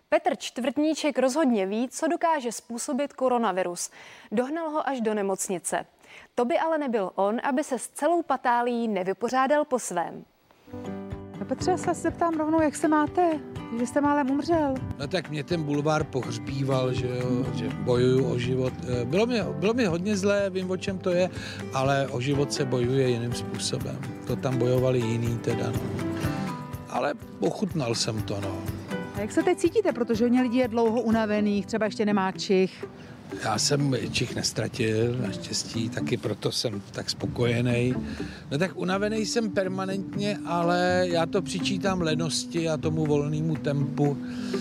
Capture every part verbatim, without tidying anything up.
Petr Čtvrtníček rozhodně ví, co dokáže způsobit koronavirus. Dohnal ho až do nemocnice. To by ale nebyl on, aby se s celou patálií nevypořádal po svém. No Petře, já se zeptám rovnou, jak se máte, že jste málem umřel. No tak mě ten bulvár pohřbíval, že jo, že bojuju o život. Bylo mi, bylo mi hodně zlé, vím, o čem to je, ale o život se bojuje jiným způsobem. To tam bojovali jiný teda, no. Ale ochutnal jsem to, no. A jak se teď cítíte, protože hodně lidí je dlouho unavených, třeba ještě nemá čich? Já jsem čich nestratil, naštěstí, taky proto jsem tak spokojený. No tak unavený jsem permanentně, ale já to přičítám lenosti a tomu volnému tempu.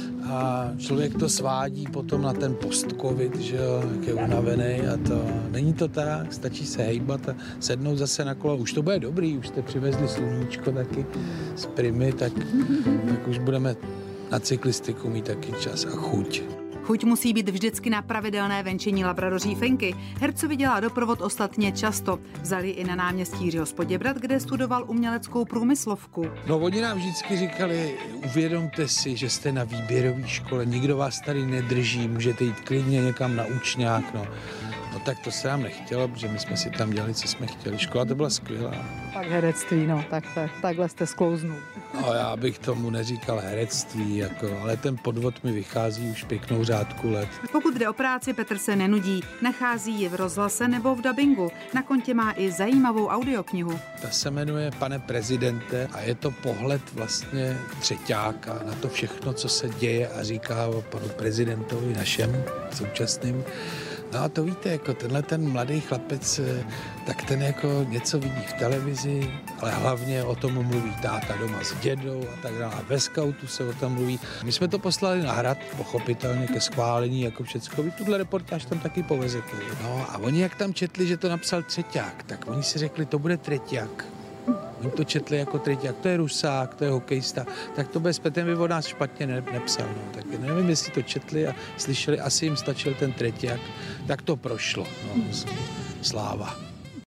A člověk to svádí potom na ten post-covid, že jo, jak je unavený a to není to tak, stačí se hejbat a sednout zase na kolo. Už to bude dobrý, už jste přivezli sluníčko taky z Primy, tak, tak už budeme na cyklistiku mít taky čas a chuť. Chuť musí být vždycky na pravidelné venčení labradoří Fenky. Hercovi dělá doprovod ostatně často. Vzali i na náměstí Jiřího z Poděbrad, kde studoval uměleckou průmyslovku. No oni nám vždycky říkali, uvědomte si, že jste na výběrové škole, nikdo vás tady nedrží, můžete jít klidně někam na učňák, no. No tak to se nám nechtělo, protože my jsme si tam dělali, co jsme chtěli. Škola to byla skvělá. Tak herectví, no, tak, tak, takhle jste sklouznul. No já bych tomu neříkal herectví, jako, ale ten podvod mi vychází už pěknou řádku let. Pokud jde o práci, Petr se nenudí. Nachází ji v rozhlase nebo v dabingu. Na kontě má i zajímavou audioknihu. Ta se jmenuje Pane prezidente a je to pohled vlastně třeťáka na to všechno, co se děje a říká o panu prezidentovi našem současným. No a to víte, jako tenhle ten mladý chlapec, tak ten jako něco vidí v televizi, ale hlavně o tom mluví táta doma s dědou a tak dále. A ve skautu se o tom mluví. My jsme to poslali na Hrad, pochopitelně ke schválení, jako všecko. Vy tuhle reportáž tam taky povezete. No a oni jak tam četli, že to napsal třeťák, tak oni si řekli, to bude treťák. Oni to četli jako treťák, to je Rusák, to je hokejista, tak to bez Petem by od nás špatně ne, nepsal. No. Tak nevím, jestli to četli a slyšeli, asi jim stačil ten treťák, tak to prošlo. No. Sláva.